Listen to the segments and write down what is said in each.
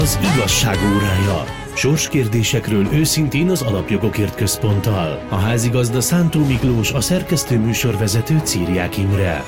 Az igazság órája. Sorskérdésekről őszintén az Alapjogokért Központtal. A házigazda Szántó Miklós, a szerkesztő műsorvezető Círiák Imre.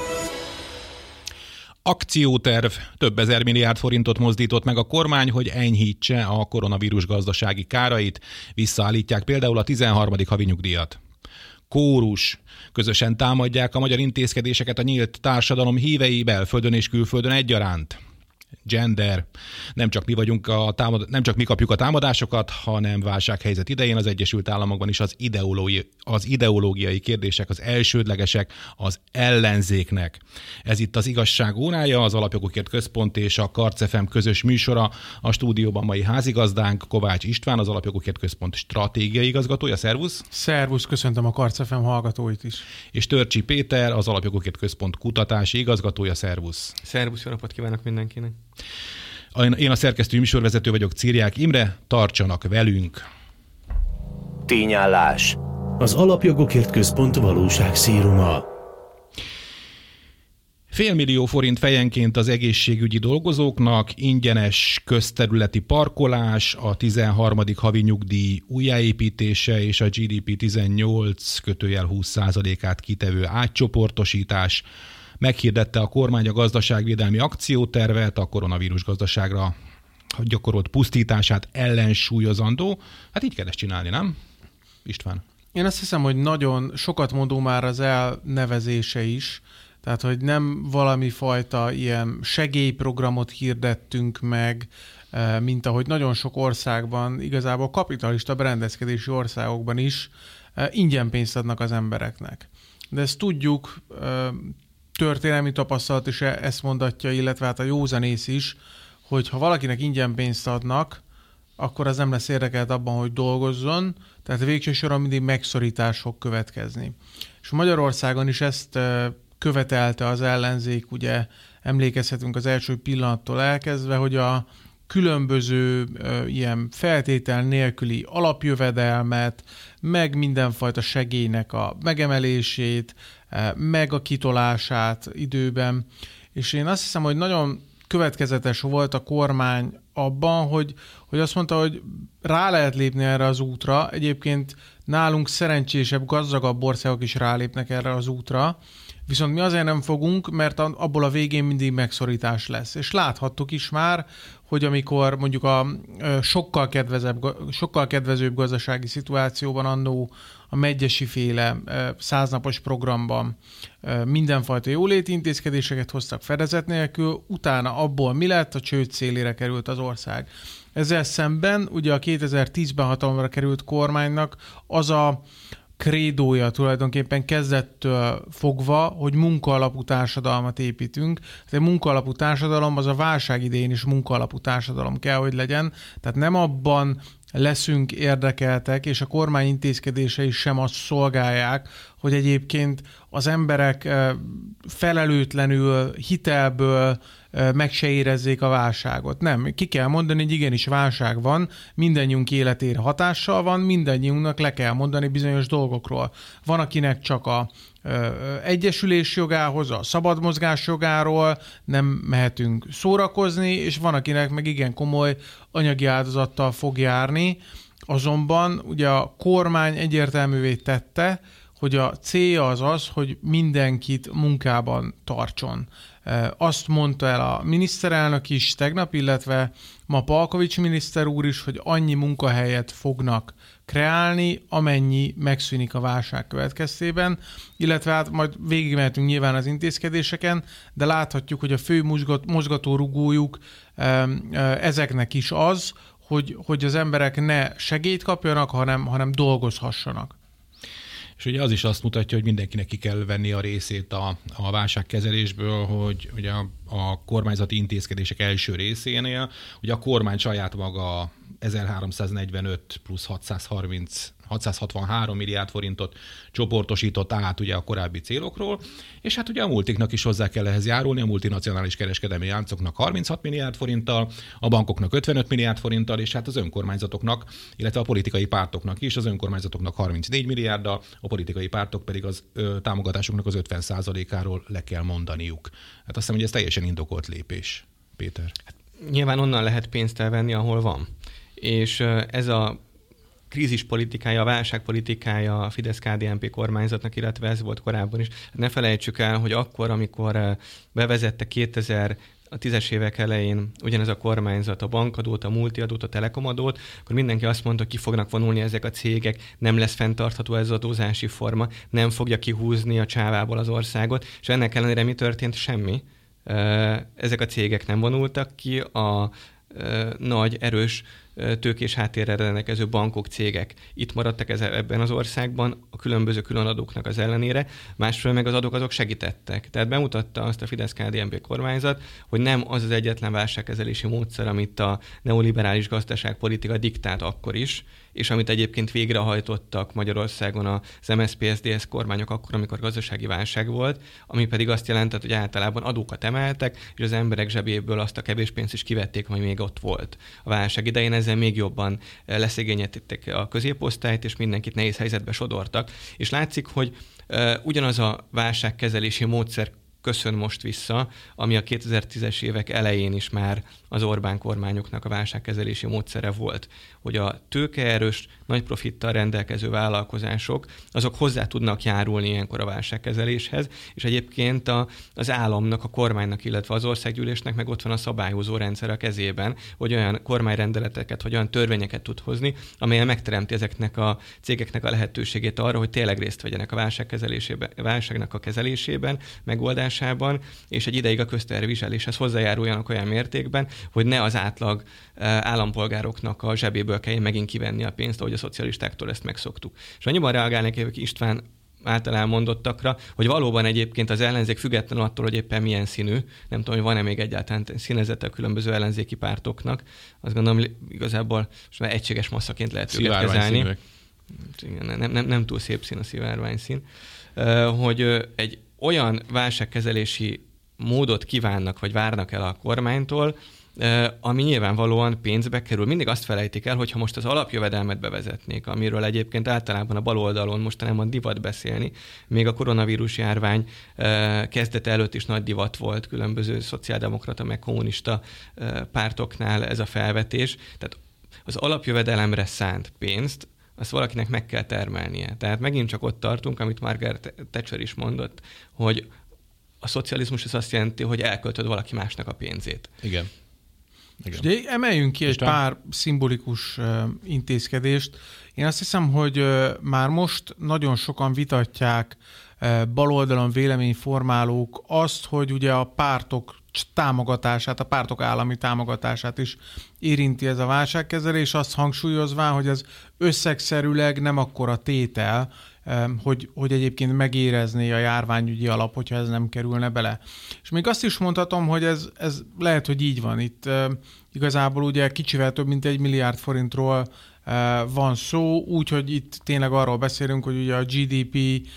Akcióterv. Több ezer milliárd forintot mozdított meg a kormány, hogy enyhítse a koronavírus gazdasági kárait. Visszaállítják például a 13. havi nyugdíjat. Kórus. Közösen támadják a magyar intézkedéseket a nyílt társadalom hívei belföldön és külföldön egyaránt. Gender. Nem csak mi kapjuk a támadásokat, hanem válsághelyzet idején az Egyesült Államokban is az ideológiai kérdések az elsődlegesek az ellenzéknek. Ez itt az igazság órája, az Alapjogokért Központ és a Karc FM közös műsora. A stúdióban mai házigazdánk Kovács István, az Alapjogokért Központ stratégiai igazgatója. Szervusz! Szervusz, köszöntöm a Karc FM hallgatóit is. És Törcsi Péter, az Alapjogokért Központ kutatási igazgatója. Szervusz! Szervusz, jó napot kívánok mindenkinek! Én a szerkesztő műsorvezető vagyok, Círiák Imre, tartsanak velünk! Tényállás. Az Alapjogokért Központ valóságszíruma. $500 000 fejenként az egészségügyi dolgozóknak, ingyenes közterületi parkolás, a 13. havi nyugdíj újjáépítése és a GDP 18%-át kitevő átcsoportosítás. Meghirdette a kormány a gazdaságvédelmi akciótervet, a koronavírus gazdaságra gyakorolt pusztítását ellensúlyozandó. Hát így kell ezt csinálni, nem? István? Én azt hiszem, hogy nagyon sokat mondó már az elnevezése is, tehát hogy nem valami fajta ilyen segélyprogramot hirdettünk meg, mint ahogy nagyon sok országban, igazából kapitalista berendezkedési országokban is ingyen pénzt adnak az embereknek. De ezt tudjuk, történelmi tapasztalat is ezt mondatja, illetve hát a józanész is, hogy ha valakinek ingyen pénzt adnak, akkor az nem lesz érdekelt abban, hogy dolgozzon, tehát végső soron mindig megszorítás fog következni. És Magyarországon is ezt követelte az ellenzék, ugye emlékezhetünk az első pillanattól elkezdve, hogy a különböző ilyen feltétel nélküli alapjövedelmet, meg mindenfajta segélynek a megemelését, meg a kitolását időben. És én azt hiszem, hogy nagyon következetes volt a kormány abban, hogy azt mondta, hogy rá lehet lépni erre az útra. Egyébként nálunk szerencsésebb, gazdagabb országok is rálépnek erre az útra, viszont mi azért nem fogunk, mert abból a végén mindig megszorítás lesz. És láthattuk is már, hogy amikor mondjuk a sokkal kedvezőbb gazdasági szituációban annó a Medgyessy féle 100 napos programban mindenfajta jóléti intézkedéseket hoztak fedezet nélkül, utána abból mi lett? A csőd szélére került az ország. Ezzel szemben ugye a 2010-ben hatalomra került kormánynak az a krédója tulajdonképpen kezdettől fogva, hogy munkaalapú társadalmat építünk. A munkaalapú társadalom az a válság idején is munkaalapú társadalom kell, hogy legyen. Tehát nem abban leszünk érdekeltek, és a kormány intézkedései sem azt szolgálják, hogy egyébként az emberek felelőtlenül, hitelből meg se érezzék a válságot. Nem, ki kell mondani, hogy igenis válság van, mindannyiunk életére hatással van, mindannyiunknak le kell mondani bizonyos dolgokról. Van, akinek csak a egyesülés jogához, a szabad mozgás jogáról nem mehetünk szórakozni, és van, akinek meg igen komoly anyagi áldozattal fog járni. Azonban ugye a kormány egyértelművé tette, hogy a célja az, hogy mindenkit munkában tartson. Azt mondta el a miniszterelnök is tegnap, illetve ma Palkovics miniszter úr is, hogy annyi munkahelyet fognak kreálni, amennyi megszűnik a válság következtében, illetve hát majd végigmehetünk nyilván az intézkedéseken, de láthatjuk, hogy a fő mozgatórugójuk ezeknek is az, hogy az emberek ne segélyt kapjanak, hanem dolgozhassanak. És ugye az is azt mutatja, hogy mindenkinek ki kell venni a részét a válságkezelésből, hogy ugye a kormányzati intézkedések első részénél, ugye a kormány saját maga 1345 plusz 663 milliárd forintot csoportosított át ugye a korábbi célokról, és hát ugye a multiknak is hozzá kell ehhez járulni, a multinacionális kereskedelmi láncoknak 36 milliárd forinttal, a bankoknak 55 milliárd forinttal, és hát az önkormányzatoknak, illetve a politikai pártoknak is, az önkormányzatoknak 34 milliárddal, a politikai pártok pedig az támogatásoknak az 50%-áról le kell mondaniuk. Hát azt hiszem, hogy ez teljesen indokolt lépés, Péter. Nyilván onnan lehet pénzt elvenni, ahol van. És ez a krízispolitikája, a válságpolitikája a Fidesz-KDNP kormányzatnak, illetve ez volt korábban is. Ne felejtsük el, hogy akkor, amikor bevezette 2010-es évek elején ugyanez a kormányzat a bankadót, a multiadót, a telekomadót, akkor mindenki azt mondta, hogy ki fognak vonulni ezek a cégek, nem lesz fenntartható ez az adózási forma, nem fogja kihúzni a csávából az országot, és ennek ellenére mi történt? Semmi. Ezek a cégek nem vonultak ki, a nagy, erős tőkés háttérrel rendelkező bankok, cégek itt maradtak ebben az országban a különböző különadóknak az ellenére, másfelől meg az adók azok segítettek. Tehát bemutatta azt a Fidesz-KDNP kormányzat, hogy nem az az egyetlen válságkezelési módszer, amit a neoliberális gazdaságpolitika diktált akkor is, és amit egyébként végrehajtottak Magyarországon az MSZP-SZDSZ kormányok akkor, amikor gazdasági válság volt, ami pedig azt jelentett, hogy általában adókat emeltek, és az emberek zsebéből azt a kevés pénzt is kivették, ami még ott volt. A válság idején ezzel még jobban leszegényítették a középosztályt, és mindenkit nehéz helyzetbe sodortak. És látszik, hogy ugyanaz a válságkezelési módszer köszön most vissza, ami a 2010-es évek elején is már az Orbán kormányoknak a válságkezelési módszere volt, hogy a tőkeerős, nagy profittal rendelkező vállalkozások, azok hozzá tudnak járulni ilyenkor a válságkezeléshez, és egyébként az államnak, a kormánynak, illetve az országgyűlésnek meg ott van a szabályozó rendszer a kezében, hogy olyan kormányrendeleteket, vagy olyan törvényeket tud hozni, amelyen megteremti ezeknek a cégeknek a lehetőségét arra, hogy tényleg részt vegyenek a válságnak a kezelésében, megoldásában, és egy ideig a közterviseléshez hozzájáruljanak olyan mértékben, hogy ne az átlag állampolgároknak a zsebéből kelljen megint kivenni a pénzt, ahogy a szocialistáktól ezt megszoktuk. És annyiban reagálnék István által elmondottakra, hogy valóban egyébként az ellenzék függetlenül attól, hogy éppen milyen színű, nem tudom, hogy van-e még egyáltalán színezete a különböző ellenzéki pártoknak, azt gondolom, igazából most már egységes masszaként lehet őket kezelni. Nem túl szép szín a szivárványszín, hogy egy olyan válságkezelési módot kívánnak, vagy várnak el a kormánytól, ami nyilvánvalóan pénzbe kerül. Mindig azt felejtik el, hogy ha most az alapjövedelmet bevezetnék, amiről egyébként általában a baloldalon mostanában divat beszélni, még a koronavírus járvány kezdete előtt is nagy divat volt különböző szociáldemokrata meg kommunista pártoknál ez a felvetés. Tehát az alapjövedelemre szánt pénzt azt valakinek meg kell termelnie. Tehát megint csak ott tartunk, amit Margaret Thatcher is mondott, hogy a szocializmus az azt jelenti, hogy elköltöd valaki másnak a pénzét. Igen. Igen. De emeljünk ki egy pár szimbolikus intézkedést. Én azt hiszem, hogy már most nagyon sokan vitatják baloldalon véleményformálók azt, hogy ugye a pártok támogatását, a pártok állami támogatását is érinti ez a válságkezelés, azt hangsúlyozván, hogy ez összegszerűleg nem akkora tétel, hogy egyébként megérezné a járványügyi alap, hogyha ez nem kerülne bele. És még azt is mondhatom, hogy ez lehet, hogy így van. Itt igazából ugye kicsivel több mint 1 milliárd forintról van szó, úgyhogy itt tényleg arról beszélünk, hogy ugye a GDP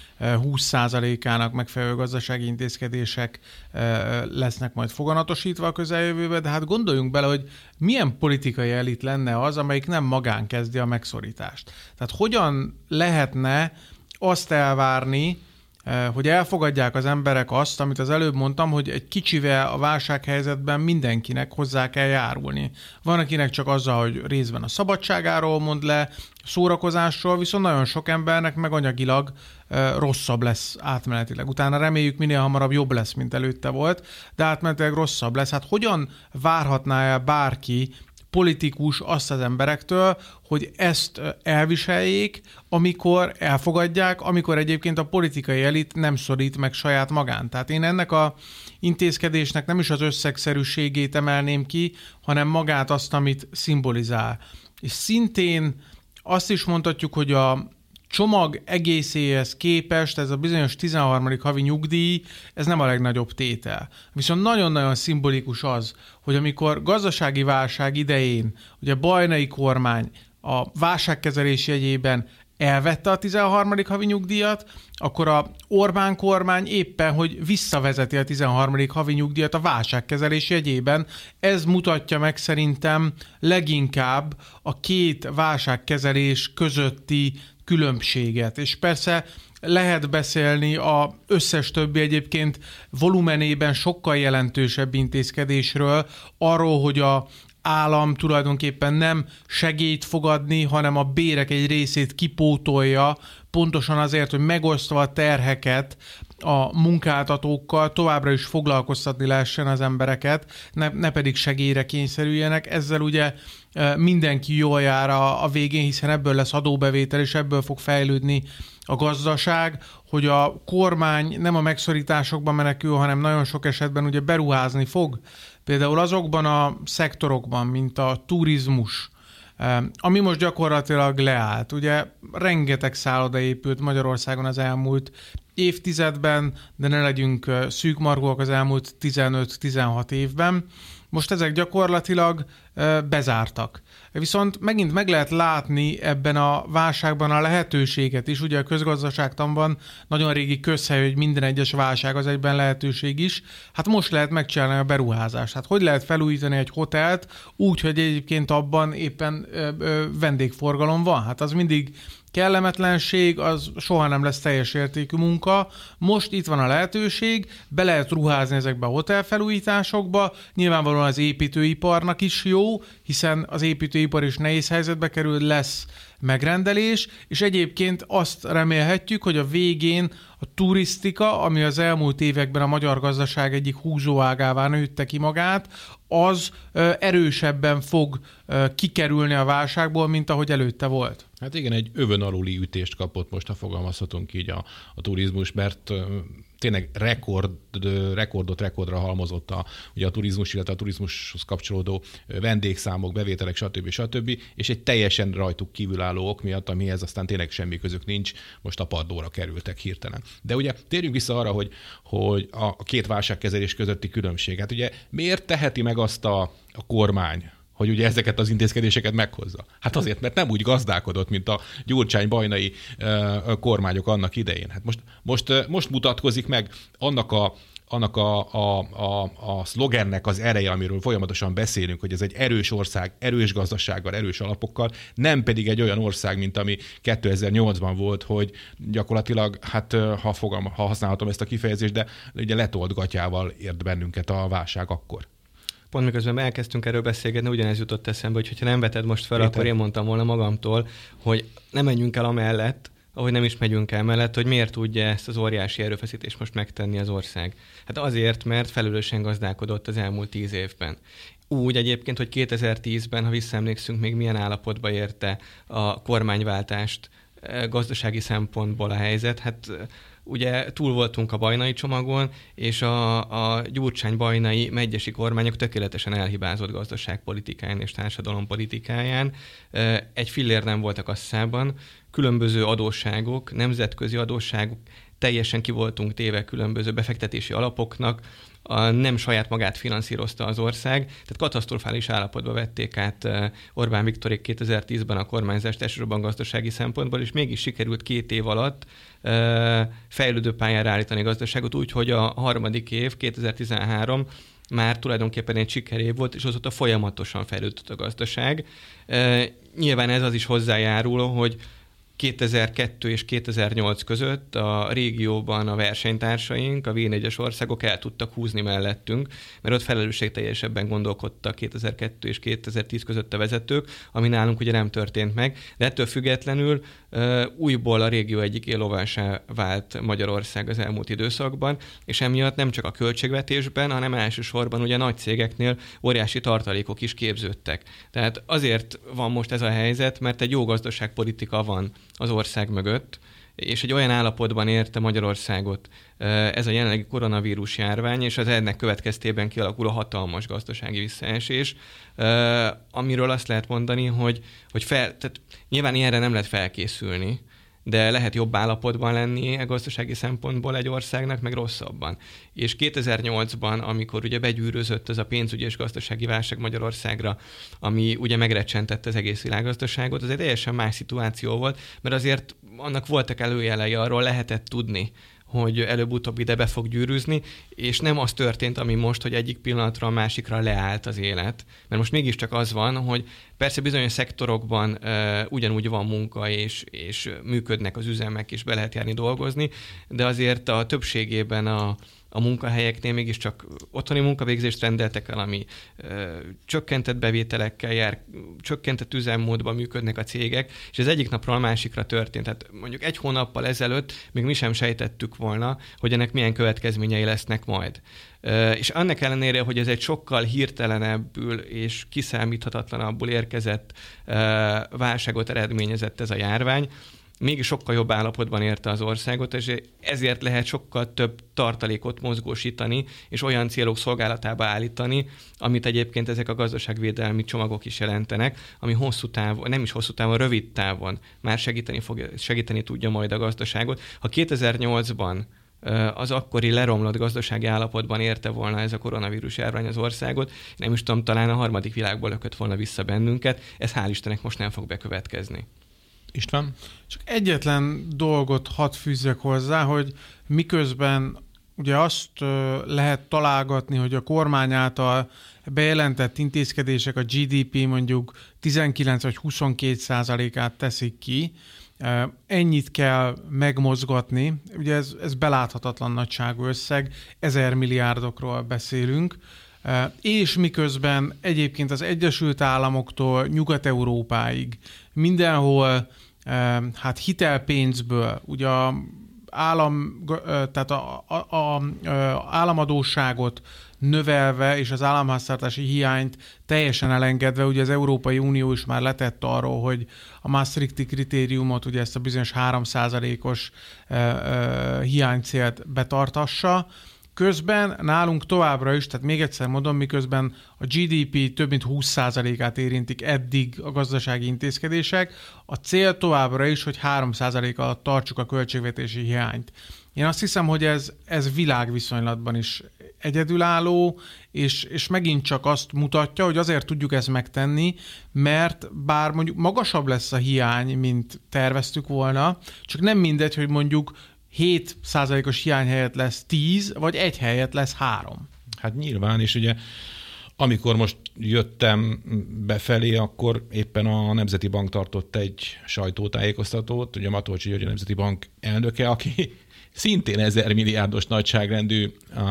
20%-ának megfelelő gazdasági intézkedések lesznek majd foganatosítva a közeljövőben, de hát gondoljunk bele, hogy milyen politikai elit lenne az, amelyik nem magán kezdi a megszorítást. Tehát hogyan lehetne azt elvárni, hogy elfogadják az emberek azt, amit az előbb mondtam, hogy egy kicsivel a válsághelyzetben mindenkinek hozzá kell járulni. Van, akinek csak azzal, hogy részben a szabadságáról mond le, szórakozásról, viszont nagyon sok embernek meg anyagilag rosszabb lesz átmenetileg. Utána reméljük minél hamarabb jobb lesz, mint előtte volt, de átmenetileg rosszabb lesz. Hát hogyan várhatná el bárki, politikus azt az emberektől, hogy ezt elviseljék, amikor elfogadják, amikor egyébként a politikai elit nem szorít meg saját magán. Tehát én ennek a intézkedésnek nem is az összegszerűségét emelném ki, hanem magát azt, amit szimbolizál. És szintén azt is mondhatjuk, hogy a csomag egészéhez képest ez a bizonyos 13. havi nyugdíj, ez nem a legnagyobb tétel. Viszont nagyon-nagyon szimbolikus az, hogy amikor gazdasági válság idején ugye a Bajnai kormány a válságkezelés jegyében elvette a 13. havi nyugdíjat, akkor a Orbán kormány éppen, hogy visszavezeti a 13. havi nyugdíjat a válságkezelés jegyében. Ez mutatja meg szerintem leginkább a két válságkezelés közötti különbséget. És persze lehet beszélni az összes többi egyébként volumenében sokkal jelentősebb intézkedésről, arról, hogy a állam tulajdonképpen nem segélyt fog adni, hanem a bérek egy részét kipótolja, pontosan azért, hogy megosztva a terheket a munkáltatókkal továbbra is foglalkoztatni lehessen az embereket, ne pedig segélyre kényszerüljenek. Ezzel ugye mindenki jól jár a végén, hiszen ebből lesz adóbevétel, és ebből fog fejlődni a gazdaság, hogy a kormány nem a megszorításokban menekül, hanem nagyon sok esetben ugye beruházni fog. Például azokban a szektorokban, mint a turizmus, ami most gyakorlatilag leállt. Ugye rengeteg szálloda épült Magyarországon az elmúlt évtizedben, de ne legyünk szűkmargóak, az elmúlt 15-16 évben. Most ezek gyakorlatilag bezártak. Viszont megint meg lehet látni ebben a válságban a lehetőséget is. Ugye a közgazdaságtanban nagyon régi közhely, hogy minden egyes válság az egyben lehetőség is. Hát most lehet megcsinálni a beruházást. Hát hogy lehet felújítani egy hotelt úgy, hogy egyébként abban éppen vendégforgalom van? Hát az mindig kellemetlenség, az soha nem lesz teljes értékű munka. Most itt van a lehetőség, be lehet ruházni ezekbe a hotelfelújításokba. Nyilvánvalóan az építőiparnak is jó, hiszen az építőipar is nehéz helyzetbe kerül, lesz megrendelés, és egyébként azt remélhetjük, hogy a végén a turisztika, ami az elmúlt években a magyar gazdaság egyik húzóágává nőtte ki magát, az erősebben fog kikerülni a válságból, mint ahogy előtte volt. Hát igen, egy övön aluli ütést kapott most, ha fogalmazhatunk így a turizmus, mert tényleg rekordra halmozott ugye a turizmus, illetve a turizmushoz kapcsolódó vendégszámok, bevételek, stb. És egy teljesen rajtuk kívülálló ok miatt, amihez aztán tényleg semmi közük nincs, most a padlóra kerültek hirtelen. De ugye térjünk vissza arra, hogy a két válságkezelés közötti különbség. Hát ugye miért teheti meg azt a kormány, hogy ugye ezeket az intézkedéseket meghozza? Hát azért, mert nem úgy gazdálkodott, mint a Gyurcsány-Bajnai kormányok annak idején. Hát most mutatkozik meg annak a szlogennek az ereje, amiről folyamatosan beszélünk, hogy ez egy erős ország, erős gazdasággal, erős alapokkal, nem pedig egy olyan ország, mint ami 2008-ban volt, hogy gyakorlatilag, hát ha használhatom ezt a kifejezést, de ugye letolt gatyával ért bennünket a válság akkor. Pont miközben elkezdtünk erről beszélgetni, ugyanez jutott eszembe, hogy ha nem veted most fel, akkor én mondtam volna magamtól, hogy nem menjünk el amellett, ahogy nem is megyünk el mellett, hogy miért tudja ezt az óriási erőfeszítést most megtenni az ország. Hát azért, mert felelősen gazdálkodott az elmúlt 10 évben. Úgy egyébként, hogy 2010-ben, ha visszaemlékszünk, még milyen állapotba érte a kormányváltást gazdasági szempontból a helyzet. Hát ugye túl voltunk a Bajnai csomagon, és a Gyurcsány-Bajnai megyesi kormányok tökéletesen elhibázott gazdaságpolitikáján és társadalompolitikáján. Egy fillér nem volt a kasszában, különböző adósságok, nemzetközi adósságok, teljesen ki voltunk téve különböző befektetési alapoknak, nem saját magát finanszírozta az ország, tehát katasztrofális állapotba vették át Orbán Viktorék 2010-ben a kormányzást elsősorban gazdasági szempontból, és mégis sikerült 2 év alatt fejlődő pályára állítani a gazdaságot úgy, hogy a harmadik év, 2013 már tulajdonképpen egy sikerév volt, és azóta folyamatosan fejlődött a gazdaság. Nyilván ez az is hozzájárul, hogy 2002 és 2008 között a régióban a versenytársaink, a V4-es országok el tudtak húzni mellettünk, mert ott felelősségteljesebben gondolkodtak 2002 és 2010 között a vezetők, ami nálunk ugye nem történt meg, de ettől függetlenül újból a régió egyik éllovásá vált Magyarország az elmúlt időszakban, és emiatt nem csak a költségvetésben, hanem elsősorban ugye nagy cégeknél óriási tartalékok is képződtek. Tehát azért van most ez a helyzet, mert egy jó gazdaságpolitika van az ország mögött, és egy olyan állapotban érte Magyarországot ez a jelenlegi koronavírus járvány, és az ennek következtében kialakul a hatalmas gazdasági visszaesés, amiről azt lehet mondani, hogy tehát nyilván ilyenre nem lehet felkészülni, de lehet jobb állapotban lenni a gazdasági szempontból egy országnak, meg rosszabban. És 2008-ban, amikor ugye begyűrözött ez a pénzügyi és gazdasági válság Magyarországra, ami ugye megrecsentette az egész világgazdaságot, az egy teljesen más szituáció volt, mert azért annak voltak előjelei, arról lehetett tudni, hogy előbb-utóbb ide be fog gyűrűzni, és nem az történt, ami most, hogy egyik pillanatra a másikra leállt az élet. Mert most mégiscsak az van, hogy persze bizonyos szektorokban ugyanúgy van munka, és működnek az üzemek, és be lehet járni dolgozni, de azért a többségében a munkahelyeknél mégiscsak otthoni munkavégzést rendeltek el, ami csökkentett bevételekkel jár, csökkentett üzemmódban működnek a cégek, és ez egyik napról a másikra történt. Tehát mondjuk egy hónappal ezelőtt még mi sem sejtettük volna, hogy ennek milyen következményei lesznek majd. És annak ellenére, hogy ez egy sokkal hirtelenebbül és kiszámíthatatlanabbul érkezett válságot eredményezett ez a járvány, mégis sokkal jobb állapotban érte az országot, és ezért lehet sokkal több tartalékot mozgósítani, és olyan célok szolgálatába állítani, amit egyébként ezek a gazdaságvédelmi csomagok is jelentenek, ami hosszú távon, nem is hosszú távon, rövid távon már segíteni tudja majd a gazdaságot. Ha 2008-ban az akkori leromlott gazdasági állapotban érte volna ez a koronavírus járvány az országot, nem is tudom, talán a harmadik világból lökött volna vissza bennünket, ez hál' Istennek most nem fog bekövetkezni. István? Csak egyetlen dolgot hadd fűzzek hozzá, hogy miközben ugye azt lehet találgatni, hogy a kormány által bejelentett intézkedések a GDP mondjuk 19 vagy 22%-át teszik ki, ennyit kell megmozgatni, ugye ez beláthatatlan nagyságú összeg, 1000 milliárdokról beszélünk, és miközben egyébként az Egyesült Államoktól Nyugat-Európáig mindenhol hát hitelpénzből, ugye tehát a államadósságot növelve és az államháztartási hiányt teljesen elengedve, ugye az Európai Unió is már letett arról, hogy a Maastrichti kritériumot, ugye ezt a bizonyos 3%-os hiánycélt betartassa. Közben nálunk továbbra is, tehát még egyszer mondom, miközben a GDP több mint 20%-át érintik eddig a gazdasági intézkedések, a cél továbbra is, hogy 3% alatt tartsuk a költségvetési hiányt. Én azt hiszem, hogy ez világviszonylatban is egyedülálló, és megint csak azt mutatja, hogy azért tudjuk ezt megtenni, mert bár mondjuk magasabb lesz a hiány, mint terveztük volna, csak nem mindegy, hogy mondjuk 7%-os hiány helyett lesz 10, vagy egy helyett lesz 3. Hát nyilván, és ugye amikor most jöttem befelé, akkor éppen a Nemzeti Bank tartott egy sajtótájékoztatót, ugye Matolcsy György a Nemzeti Bank elnöke, aki szintén 1000 milliárdos nagyságrendű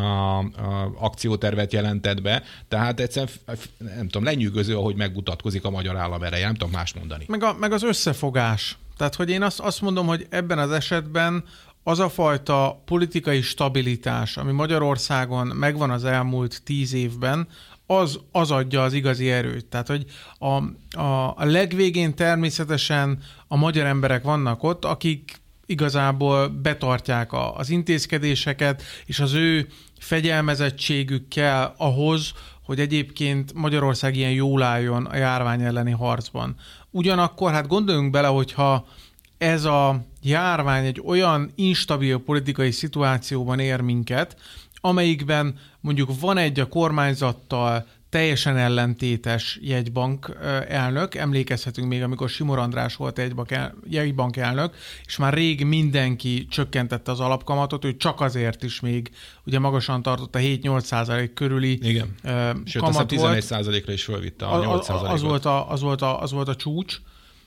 akciótervet jelentett be, tehát egyszerűen nem tudom, lenyűgöző, ahogy megmutatkozik a magyar állam ereje, nem tudom más mondani. Meg az összefogás. Tehát, hogy én azt mondom, hogy ebben az esetben az a fajta politikai stabilitás, ami Magyarországon megvan az elmúlt 10 évben, az adja az igazi erőt. Tehát, hogy a legvégén természetesen a magyar emberek vannak ott, akik igazából betartják az intézkedéseket, és az ő fegyelmezettségük kell ahhoz, hogy egyébként Magyarország ilyen jól álljon a járvány elleni harcban. Ugyanakkor hát gondoljunk bele, hogyha ez a járvány egy olyan instabil politikai szituációban ér minket, amelyikben mondjuk van egy a kormányzattal teljesen ellentétes jegybank elnök, emlékezhetünk még, amikor Simor András volt jegybank elnök, és már rég mindenki csökkentette az alapkamatot, ő csak azért is még ugye magasan tartott a 7-8% körüli igen. Sőt, kamat volt. 11%-ra is fölvitte a 8%-ot. Az volt a csúcs.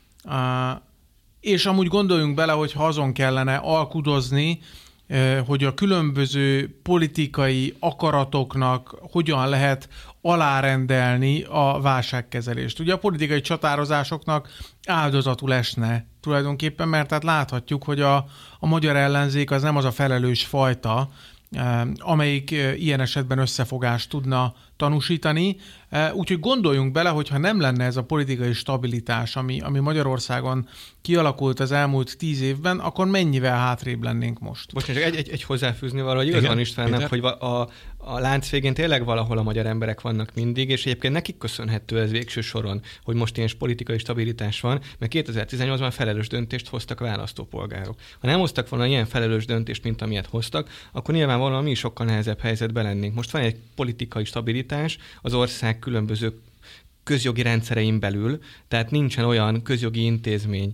És amúgy gondoljunk bele, hogy ha azon kellene alkudozni, hogy a különböző politikai akaratoknak hogyan lehet alárendelni a válságkezelést. Ugye a politikai csatározásoknak áldozatul esne tulajdonképpen, mert tehát láthatjuk, hogy a magyar ellenzék az nem az a felelős fajta, amelyik ilyen esetben összefogást tudna tanúsítani. Úgyhogy gondoljunk bele, hogyha nem lenne ez a politikai stabilitás, ami Magyarországon kialakult az elmúlt 10 évben, akkor mennyivel hátrébb lennénk most? Most csak egy hozzáfűzni valahogy igaz van Istvánnak, hogy a lánc végén tényleg valahol a magyar emberek vannak mindig, és egyébként nekik köszönhető ez végső soron, hogy most ilyen politikai stabilitás van, mert 2018-ban felelős döntést hoztak a választópolgárok. Ha nem hoztak volna ilyen felelős döntést, mint amilyet hoztak, akkor nyilvánvalóan mi is sokkal nehezebb helyzetben lennénk. Most van egy politikai stabilitás, az ország különböző közjogi rendszerein belül, tehát nincsen olyan közjogi intézmény,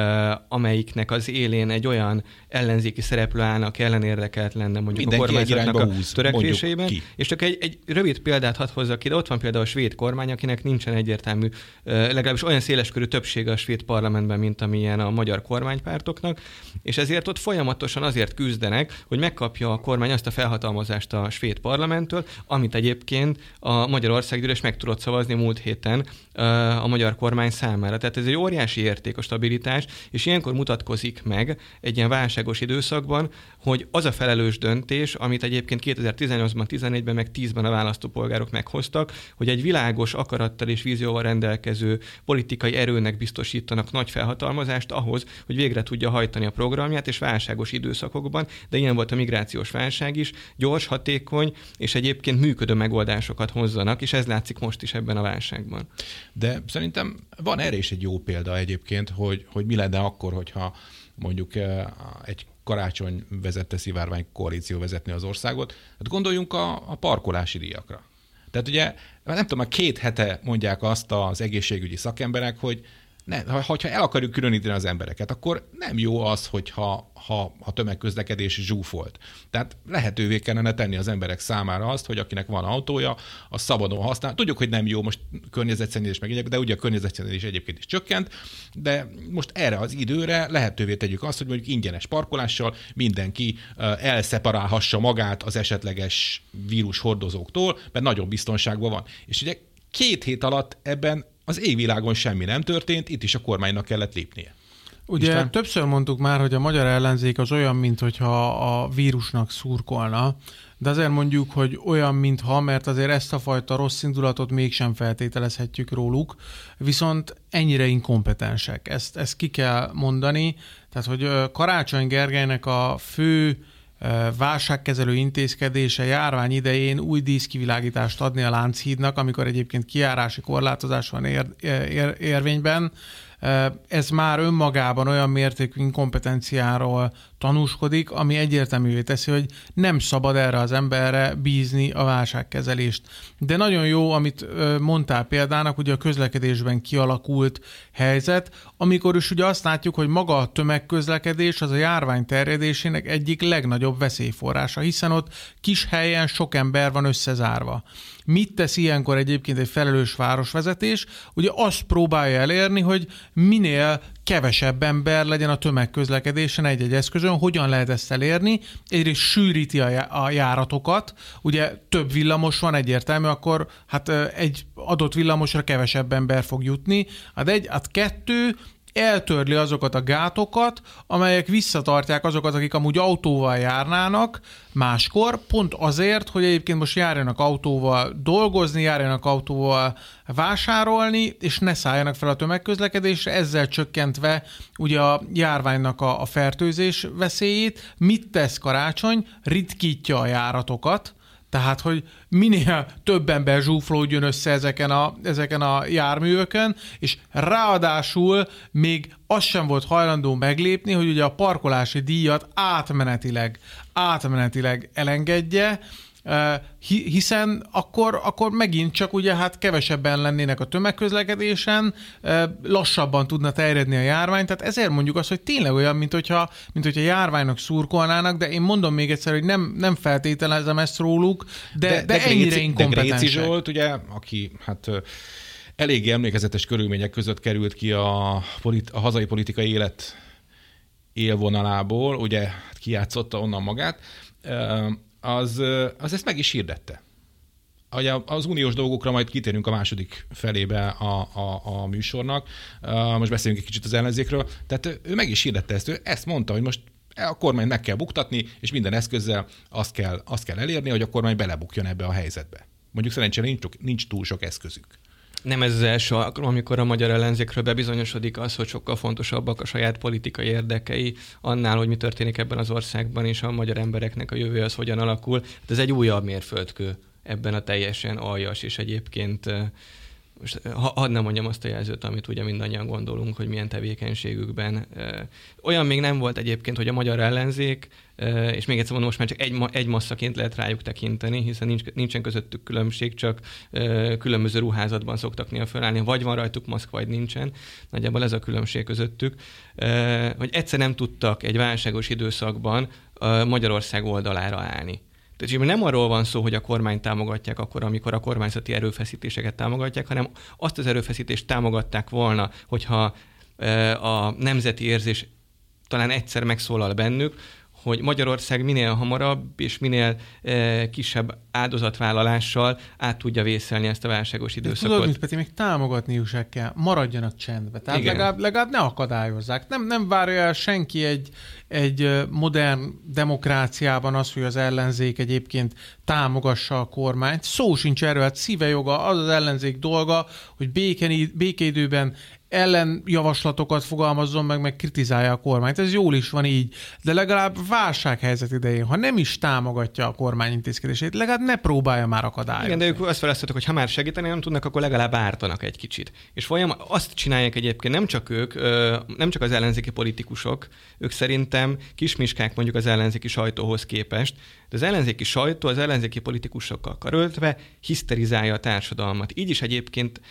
amelyiknek az élén egy olyan ellenzéki szereplő állnak ellenérdekelt lenne mondjuk mindenki a kormányzatnak a törekvéseiben. És csak egy rövid példát hadd hozzak ki, de ott van például a svéd kormány, akinek nincsen egyértelmű, legalábbis olyan széleskörű többsége a svéd parlamentben, mint amilyen a magyar kormánypártoknak, és ezért ott folyamatosan azért küzdenek, hogy megkapja a kormány azt a felhatalmazást a svéd parlamenttől, amit egyébként a Magyar Országgyűlés meg tudott szavazni múlt héten a magyar kormány számára. Tehát ez egy óriási érték a stabilitás, és ilyenkor mutatkozik meg egy ilyen válságos időszakban, hogy az a felelős döntés, amit egyébként 2018-ban, 14-ben, meg 10-ben a választópolgárok meghoztak, hogy egy világos akarattal és vízióval rendelkező politikai erőnek biztosítanak nagy felhatalmazást ahhoz, hogy végre tudja hajtani a programját, és válságos időszakokban, de ilyen volt a migrációs válság is, gyors, hatékony, és egyébként működő megoldásokat hozzanak, és ez látszik most is ebben a válságban. De szerintem van erre is egy jó példa egyébként, hogy mi lenne akkor, hogyha mondjuk egy Karácsony vezette szivárvány koalíció vezetni az országot. Hát gondoljunk a parkolási díjakra. Tehát ugye, nem tudom, 2 hete mondják azt az egészségügyi szakemberek, hogy hogyha el akarjuk különíteni az embereket, akkor nem jó az, hogyha a tömegközlekedés zsúfolt. Tehát lehetővé kellene tenni az emberek számára azt, hogy akinek van autója, az szabadon használ. Tudjuk, hogy nem jó most környezetszennyezés meg, de ugye a környezetszennyezés egyébként is csökkent, de most erre az időre lehetővé tegyük azt, hogy mondjuk ingyenes parkolással mindenki elszeparálhassa magát az esetleges vírushordozóktól, mert nagyon biztonságban van. És ugye 2 hét alatt ebben az égvilágon semmi nem történt, itt is a kormánynak kellett lépnie. Ugye István? Többször mondtuk már, hogy a magyar ellenzék az olyan, mintha a vírusnak szurkolna, de azért mondjuk, hogy olyan, mintha, mert azért ezt a fajta rossz indulatot mégsem feltételezhetjük róluk, viszont ennyire inkompetensek. Ezt ki kell mondani. Tehát, hogy Karácsony Gergelynek a fő válságkezelő intézkedése járvány idején új díszkivilágítást adni a Lánchídnak, amikor egyébként kijárási korlátozás van érvényben. Ez már önmagában olyan mértékű inkompetenciáról tanúskodik, ami egyértelművé teszi, hogy nem szabad erre az emberre bízni a válságkezelést. De nagyon jó, amit mondtál példának, ugye a közlekedésben kialakult helyzet, amikor is ugye azt látjuk, hogy maga a tömegközlekedés az a járvány terjedésének egyik legnagyobb veszélyforrása, hiszen ott kis helyen sok ember van összezárva. Mit tesz ilyenkor egyébként egy felelős városvezetés? Ugye azt próbálja elérni, hogy minél kevesebb ember legyen a tömegközlekedésen egy-egy eszközön. Hogyan lehet ezt elérni? Egyrészt sűríti a járatokat, ugye több villamos van egyértelmű, akkor hát egy adott villamosra kevesebb ember fog jutni. Hát 2, eltörli azokat a gátokat, amelyek visszatartják azokat, akik amúgy autóval járnának máskor, pont azért, hogy egyébként most járjanak autóval dolgozni, járjanak autóval vásárolni, és ne szálljanak fel a tömegközlekedésre, ezzel csökkentve ugye a járványnak a fertőzés veszélyét. Mit tesz Karácsony? Ritkítja a járatokat, tehát, hogy minél több ember zsúfolódjon össze ezeken a járművökön, és ráadásul még az sem volt hajlandó meglépni, hogy ugye a parkolási díjat átmenetileg elengedje, hiszen akkor megint csak ugye hát kevesebben lennének a tömegközlekedésen, lassabban tudna terjedni a járvány, tehát ezért mondjuk azt, hogy tényleg olyan, mint hogyha járványnak szurkolnának, de én mondom még egyszer, hogy nem feltételezem ezt róluk, de ennyire inkompetensek. De Gréci Zsolt, ugye, aki hát eléggé emlékezetes körülmények között került ki a hazai politikai élet élvonalából, ugye kijátszotta onnan magát, az ezt meg is hirdette. Az uniós dolgokra majd kitérünk a második felébe a műsornak. Most beszélünk egy kicsit az ellenzékről. Tehát ő meg is hirdette ezt. Ő ezt mondta, hogy most a kormányt meg kell buktatni, és minden eszközzel azt kell elérni, hogy a kormány belebukjon ebbe a helyzetbe. Mondjuk szerencsére nincs túl sok eszközük. Nem ez az első alkalom, amikor a magyar ellenzékről bebizonyosodik az, hogy sokkal fontosabbak a saját politikai érdekei annál, hogy mi történik ebben az országban, és a magyar embereknek a jövője az hogyan alakul. Hát ez egy újabb mérföldkő ebben a teljesen aljas és egyébként most hadd nem mondjam azt a jelzőt, amit ugye mindannyian gondolunk, hogy milyen tevékenységükben. Olyan még nem volt egyébként, hogy a magyar ellenzék, és még egyszer mondom, most már csak egy masszaként lehet rájuk tekinteni, hiszen nincsen közöttük különbség, csak különböző ruházatban szoktak néha fölállni, vagy van rajtuk maszk, vagy nincsen. Nagyjából ez a különbség közöttük, hogy egyszer nem tudtak egy válságos időszakban Magyarország oldalára állni. Tehát nem arról van szó, hogy a kormányt támogatják akkor, amikor a kormányzati erőfeszítéseket támogatják, hanem azt az erőfeszítést támogatták volna, hogyha a nemzeti érzés talán egyszer megszólal bennük, hogy Magyarország minél hamarabb és minél kisebb áldozatvállalással át tudja vészelni ezt a válságos időszakot. Tudod, mint Peti, még támogatniuk se kell, maradjanak csendbe. Tehát legalább ne akadályozzák. Nem várja el senki egy modern demokráciában az, hogy az ellenzék egyébként támogassa a kormányt. Szó sincs erről, hát szíve joga, az ellenzék dolga, hogy békeidőben ellenjavaslatokat fogalmazzon meg kritizálja a kormányt. Ez jól is van így, de legalább válsághelyzet idején, ha nem is támogatja a kormány intézkedését, legalább ne próbálja már akadályozni. Igen, de ők azt felesztettek, hogy ha már segíteni nem tudnak, akkor legalább ártanak egy kicsit. És azt csinálják egyébként nem csak ők, nem csak az ellenzéki politikusok, ők szerintem kismiskák mondjuk az ellenzéki sajtóhoz képest, de az ellenzéki sajtó az ellenzéki politikusokkal karöltve hiszterizálja a társadalmat. Így is egyébként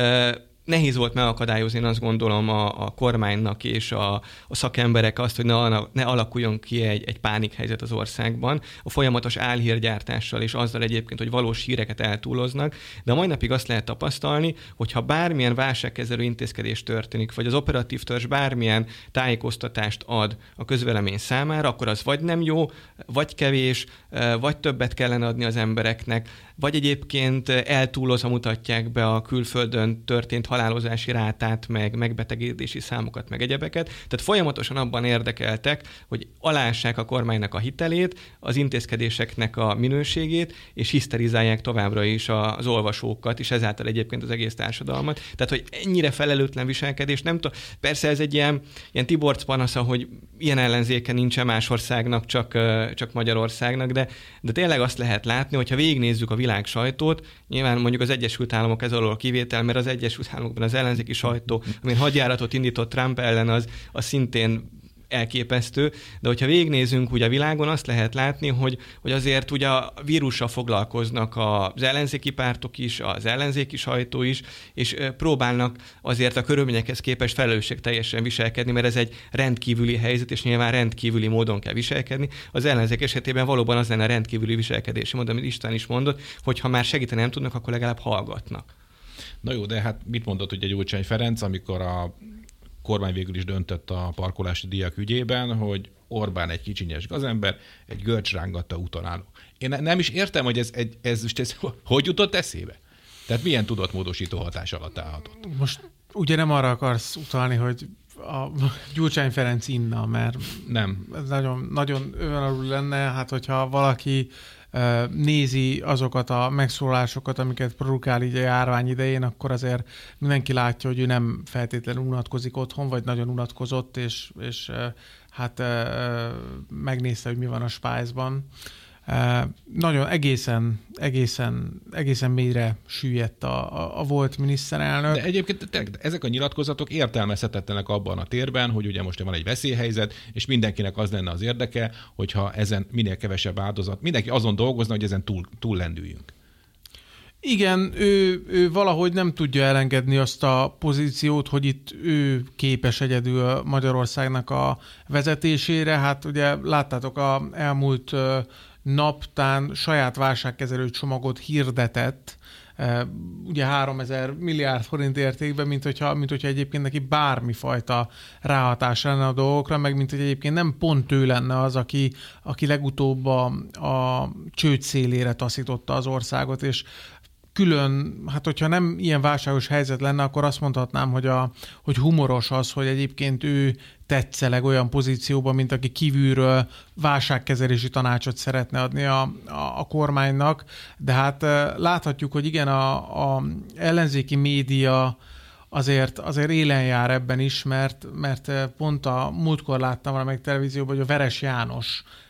nehéz volt megakadályozni, én azt gondolom a kormánynak és a szakemberek azt, hogy ne alakuljon ki egy pánikhelyzet az országban, a folyamatos álhírgyártással és azzal egyébként, hogy valós híreket eltúloznak, de a mai napig azt lehet tapasztalni, hogyha bármilyen válságkezelő intézkedés történik, vagy az operatív törzs bármilyen tájékoztatást ad a közvélemény számára, akkor az vagy nem jó, vagy kevés, vagy többet kellene adni az embereknek, vagy egyébként eltúlozva mutatják be a külföldön történt halálozási rátát, meg megbetegedési számokat, meg egyebeket. Tehát folyamatosan abban érdekeltek, hogy alássák a kormánynak a hitelét, az intézkedéseknek a minőségét, és hiszterizálják továbbra is az olvasókat, és ezáltal egyébként az egész társadalmat. Tehát, hogy ennyire felelőtlen viselkedés, nem tudom. Persze ez egy ilyen Tiborc panasza, hogy ilyen ellenzéke nincsen más országnak, csak Magyarországnak, de tényleg azt lehet látni, hogyha végignézzük a világ sajtót, nyilván mondjuk az Egyesült Államok ez alól kivétel, mert az Egyesült Államokban az ellenzéki sajtó, amin hadjáratot indított Trump ellen, az szintén elképesztő, de hogyha végignézünk ugye a világon, azt lehet látni, hogy azért ugye a vírussal foglalkoznak az ellenzéki pártok is, az ellenzéki sajtó is, és próbálnak azért a körülményekhez képest felelősségteljesen viselkedni, mert ez egy rendkívüli helyzet, és nyilván rendkívüli módon kell viselkedni. Az ellenzék esetében valóban az lenne a rendkívüli viselkedési mód, amit István is mondott, hogy ha már segíteni nem tudnak, akkor legalább hallgatnak. Na jó, de hát mit mondott ugye Gyurcsány Ferenc, amikor a kormány végül is döntött a parkolási díjak ügyében, hogy Orbán egy kicsinyes gazember, egy görcsrángatta utaláló. Én nem is értem, hogy ez hogy jutott eszébe? Tehát milyen tudatmódosító hatás alatt állhatott? Most ugye nem arra akarsz utalni, hogy a Gyurcsány Ferenc inna, mert nem. Ez nagyon, nagyon önálló lenne, hát hogyha valaki nézi azokat a megszólásokat, amiket produkál így a járvány idején, akkor azért mindenki látja, hogy ő nem feltétlenül unatkozik otthon, vagy nagyon unatkozott, és hát megnézte, hogy mi van a Spice-ban. Nagyon egészen mélyre süllyedt a volt miniszterelnök. De egyébként ezek a nyilatkozatok értelmezhetetlenek abban a térben, hogy ugye most van egy veszélyhelyzet, és mindenkinek az lenne az érdeke, hogyha ezen minél kevesebb áldozat, mindenki azon dolgozna, hogy ezen túl lendüljünk. Igen, ő valahogy nem tudja elengedni azt a pozíciót, hogy itt ő képes egyedül Magyarországnak a vezetésére. Hát ugye láttátok, a elmúlt naptán saját válságkezelő csomagot hirdetett, ugye 3000 milliárd forint értékben, mint hogyha egyébként neki bármifajta ráhatás lenne a dolgokra, meg mint hogy egyébként nem pont ő lenne az, aki legutóbb a csőd szélére taszította az országot, és külön, hát hogyha nem ilyen válságos helyzet lenne, akkor azt mondhatnám, hogy humoros az, hogy egyébként ő tetszeleg olyan pozícióban, mint aki kívülről válságkezelési tanácsot szeretne adni a kormánynak, de hát láthatjuk, hogy igen, a ellenzéki média azért élen jár ebben is, mert pont a múltkor láttam valamelyik televízióban, hogy a Veres János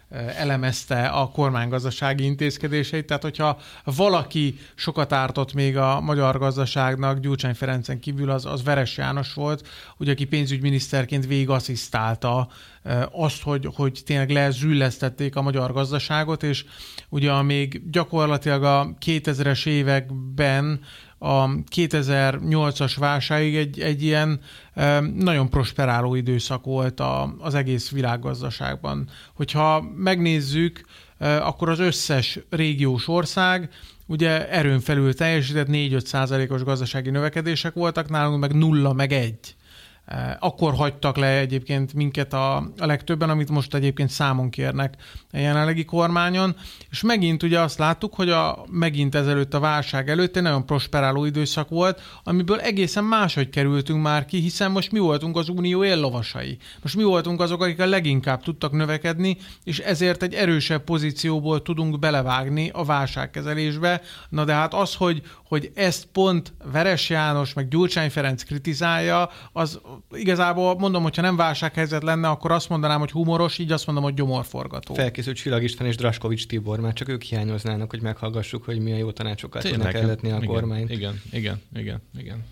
elemezte a kormánygazdasági intézkedéseit. Tehát, hogyha valaki sokat ártott még a magyar gazdaságnak Gyurcsány Ferencen kívül, az Veres János volt, ugye, aki pénzügyminiszterként végig asszisztálta azt, hogy tényleg lezsüllesztették a magyar gazdaságot, és ugye még gyakorlatilag a 2000-es években a 2008-as válságig egy ilyen nagyon prosperáló időszak volt az egész világgazdaságban. Hogyha megnézzük, akkor az összes régiós ország ugye erőn felül teljesített, 4-5%-os gazdasági növekedések voltak, nálunk meg 0, meg 1. Akkor hagytak le egyébként minket a legtöbben, amit most egyébként számon kérnek a jelenlegi kormányon, és megint ugye azt láttuk, hogy megint ezelőtt a válság előtt egy nagyon prosperáló időszak volt, amiből egészen máshogy kerültünk már ki, hiszen most mi voltunk az unió éllovasai. Most mi voltunk azok, akik a leginkább tudtak növekedni, és ezért egy erősebb pozícióból tudunk belevágni a válságkezelésbe. Na de hát az, hogy ezt pont Veres János meg Gyurcsány Ferenc kritizálja, az igazából mondom, hogyha nem válsághelyzet lenne, akkor azt mondanám, hogy humoros, így azt mondom, hogy gyomorforgató. Felkészült Csillag István és Draskovics Tibor, már csak ők hiányoznának, hogy meghallgassuk, hogy milyen jó tanácsokat tudnak elletni a kormányt. Igen.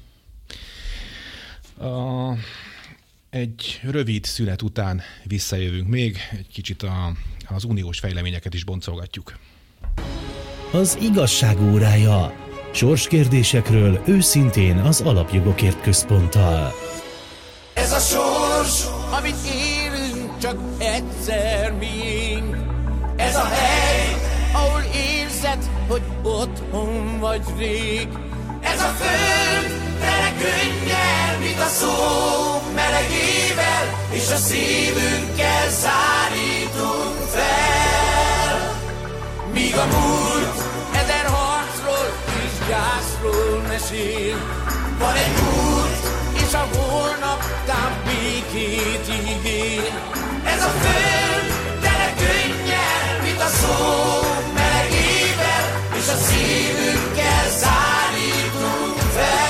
Egy rövid szünet után visszajövünk még, egy kicsit az uniós fejleményeket is boncolgatjuk. Az igazság órája. Sorskérdésekről őszintén az Alapjogokért Központtal. Ez a sors, amit élünk, csak egyszer miénk. Ez a hely, ahol érzed, hogy otthon vagy rég. Ez a föld, tele könnyel, mint a szó melegével, és a szívünkkel szárítunk fel. Míg a múlt ezer harcról és gázról mesél, van egy út, és a holnaptán békét ígér. Ez a föld tele könnyel, mint a szó melegével, és a szívünkkel szárítunk fel.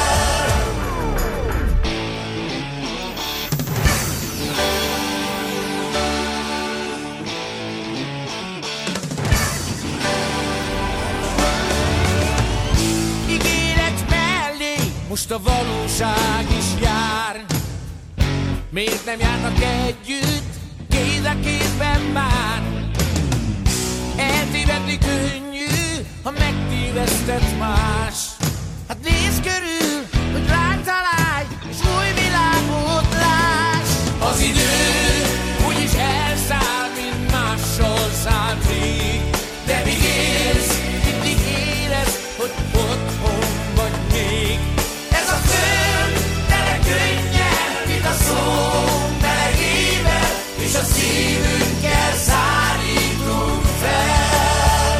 Ígéret mellé most a valóság is jár. Miért nem járnak együtt, kéz a kézben már? Eltévedni könnyű, ha megtévesztett más. Hát nézz körül, hogy ránk találj, és új világot láss. Az idő úgyis elszáll, mint mással szállt rég. De míg élsz, mindig érezd, hogy otthon vagy még. Ez a föld tele könnyel, mint a szó melegével, és a szívünkkel szárítunk fel.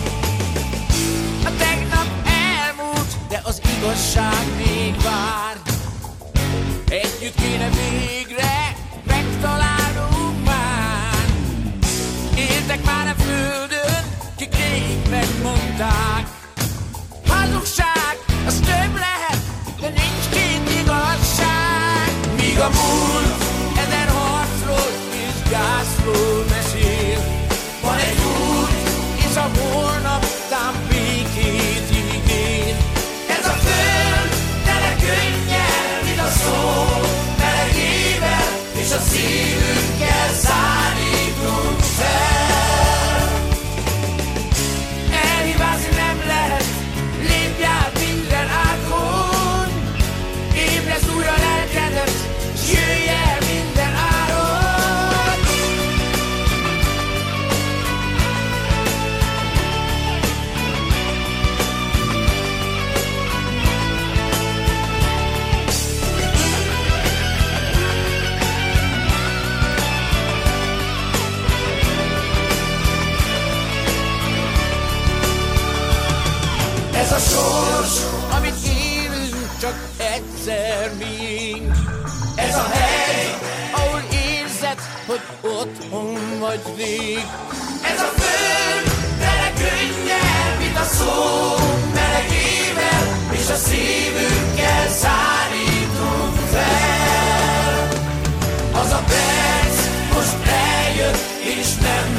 A tegnap elmúlt, de az igazság még vár. Együtt kéne végre megtalálnunk már. Éltek már a földön, kik rég megmondták. Hazugság, az több lehet, de nincs két igazság. Míg a múlt ezer harcról és gázról mesél, van egy út, és a holnaptán békét ígér. Ez a föld tele könnyel, mint a szó melegével, és a szívünkkel szárítunk fel. Elhibázni nem lehet, lépj át minden árkon, ébrezd újra lelkedet, s jöjj el minden áron. Ez a sors, amit élünk, csak egyszer miénk. Ez a hely, ahol érzed, hogy otthon vagy rég. Ez a föld tele könnyel, mint a szó melegével, és a szívünkkel szárítunk fel. Az a perc most eljött, és nem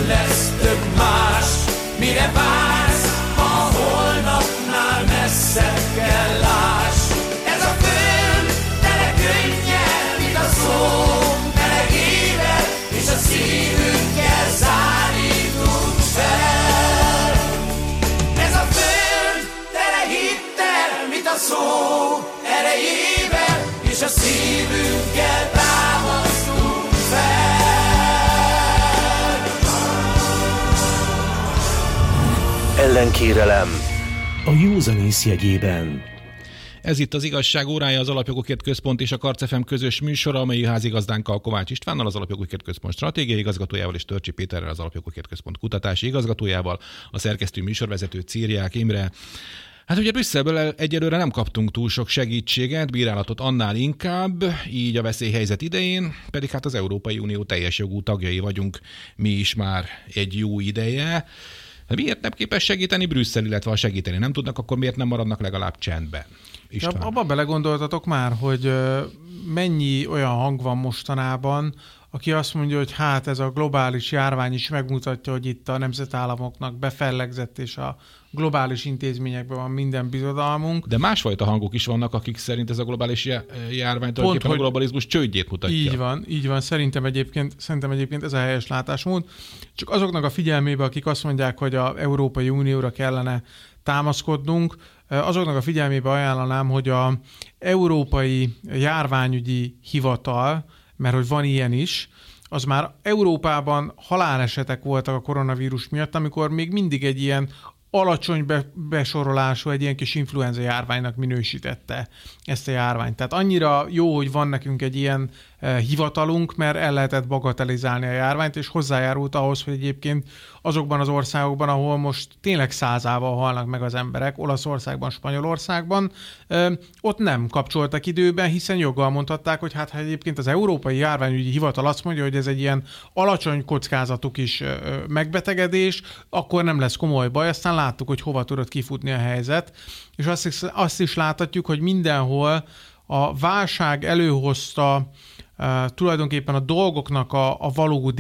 Jogtalan kérelem a józanész jegyében. Ez itt az Igazság órája, az Alapjogokért Központ és a Karc FM közös műsora, amely házigazdánkkal, Kovács Istvánnal, az Alapjogokért Központ stratégiai igazgatójával és Törcsi Péterrel, az Alapjogokért Központ kutatási igazgatójával, a szerkesztő műsorvezető Círiák Imre. Hát ugye Brüsszelből egyelőre nem kaptunk túl sok segítséget, bírálatot annál inkább, így a veszélyhelyzet idején, pedig hát az Európai Unió teljes jogú tagjai vagyunk mi is már egy jó ideje. De miért nem képes segíteni Brüsszel, illetve ha segíteni nem tudnak, akkor miért nem maradnak legalább csendben? István. Abba belegondoltatok már, hogy mennyi olyan hang van mostanában, aki azt mondja, hogy hát ez a globális járvány is megmutatja, hogy itt a nemzetállamoknak befellegzett és a globális intézményekben van minden bizodalmunk. De másfajta hangok is vannak, akik szerint ez a globális járvány tulajdonképpen a globalizmus csődjét mutatja. Így van. Szerintem egyébként ez a helyes látásmód. Csak azoknak a figyelmébe, akik azt mondják, hogy az Európai Unióra kellene támaszkodnunk, azoknak a figyelmébe ajánlanám, hogy az Európai Járványügyi Hivatal, mert hogy van ilyen is, az már Európában halálesetek voltak a koronavírus miatt, amikor még mindig egy ilyen alacsony besorolású, egy ilyen kis influenza járványnak minősítette ezt a járványt. Tehát annyira jó, hogy van nekünk egy ilyen hivatalunk, mert el lehetett bagatelizálni a járványt, és hozzájárult ahhoz, hogy egyébként azokban az országokban, ahol most tényleg százával halnak meg az emberek, Olaszországban, Spanyolországban, ott nem kapcsoltak időben, hiszen joggal mondhatták, hogy hát egyébként az Európai Járványügyi Hivatal azt mondja, hogy ez egy ilyen alacsony kockázatú kis megbetegedés, akkor nem lesz komoly baj, aztán láttuk, hogy hova tudott kifutni a helyzet, és azt is láthatjuk, hogy mindenhol a válság előhozta tulajdonképpen a dolgoknak a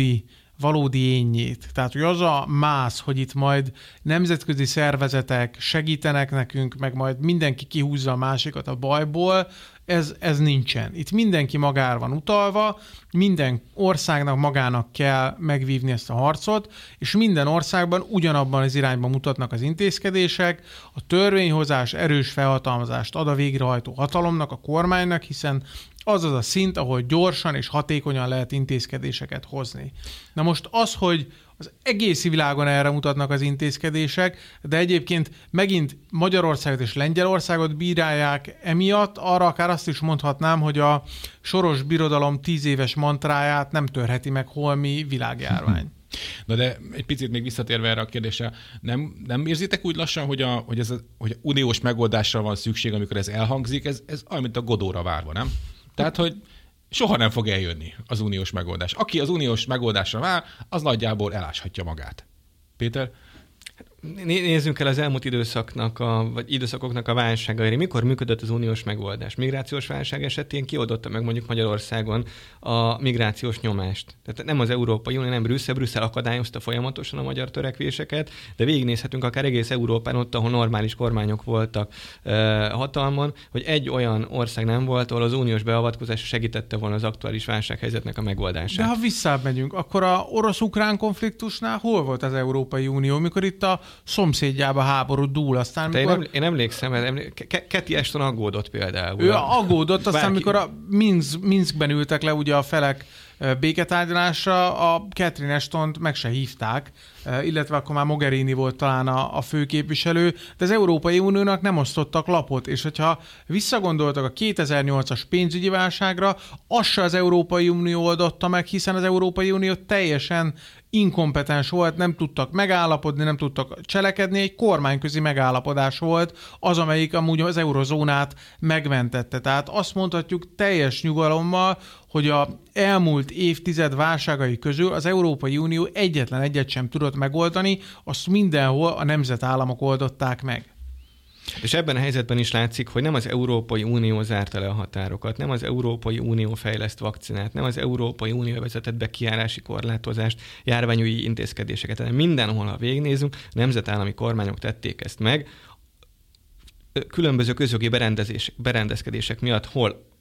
valódi énnyét. Tehát, hogy az a mász, hogy itt majd nemzetközi szervezetek segítenek nekünk, meg majd mindenki kihúzza a másikat a bajból, ez nincsen. Itt mindenki magára van utalva, minden országnak magának kell megvívni ezt a harcot, és minden országban ugyanabban az irányban mutatnak az intézkedések. A törvényhozás erős felhatalmazást ad a végrehajtó hatalomnak, a kormánynak, hiszen az a szint, ahol gyorsan és hatékonyan lehet intézkedéseket hozni. Na most az, hogy az egész világon erre mutatnak az intézkedések, de egyébként megint Magyarországot és Lengyelországot bírálják emiatt, arra akár azt is mondhatnám, hogy a Soros Birodalom 10 éves mantráját nem törheti meg holmi világjárvány. Na de egy picit még visszatérve erre a kérdésre, nem érzitek úgy lassan, hogy uniós megoldásra van szükség, amikor ez elhangzik, ez olyan, mint a Godóra várva, nem? Tehát, hogy soha nem fog eljönni az uniós megoldás. Aki az uniós megoldásra vár, az nagyjából eláshatja magát. Péter? Nézzünk el az elmúlt időszakoknak a válságaira. Mikor működött az uniós megoldás? Migrációs válság esetén ki oldotta meg mondjuk Magyarországon a migrációs nyomást? Tehát nem az Európai Unió, nem Brüsszel akadályozta folyamatosan a magyar törekvéseket, de végignézhetünk akár egész Európán, ott, ahol normális kormányok voltak hatalmon, hogy egy olyan ország nem volt, ahol az uniós beavatkozás segítette volna az aktuális válsághelyzetnek a megoldását. De ha visszámegyünk, akkor a orosz-ukrán konfliktusnál hol volt az Európai Unió, mikor itt a szomszédjába háború dúl, aztán mikor... Én emlékszem, Cathy Ashton aggódott például. Ő aggódott, aztán mikor a Minskben ültek le ugye a felek béketárgyalásra, a Catherine Ashtont meg se hívták, illetve akkor már Mogherini volt talán a főképviselő, de az Európai Uniónak nem osztottak lapot, és hogyha visszagondoltak a 2008-as pénzügyi válságra, azt se az Európai Unió oldotta meg, hiszen az Európai Unió teljesen inkompetens volt, nem tudtak megállapodni, nem tudtak cselekedni, egy kormányközi megállapodás volt az, amelyik amúgy az eurozónát megmentette. Tehát azt mondhatjuk teljes nyugalommal, hogy az elmúlt évtized válságai közül az Európai Unió egyetlen egyet sem tudott megoldani, azt mindenhol a nemzetállamok oldották meg. És ebben a helyzetben is látszik, hogy nem az Európai Unió zárta le a határokat, nem az Európai Unió fejleszt vakcinát, nem az Európai Unió vezetett be kijárási korlátozást, járványügyi intézkedéseket, hanem mindenhol, ha végignézünk, nemzetállami kormányok tették ezt meg. Különböző közjogi berendezkedések miatt hol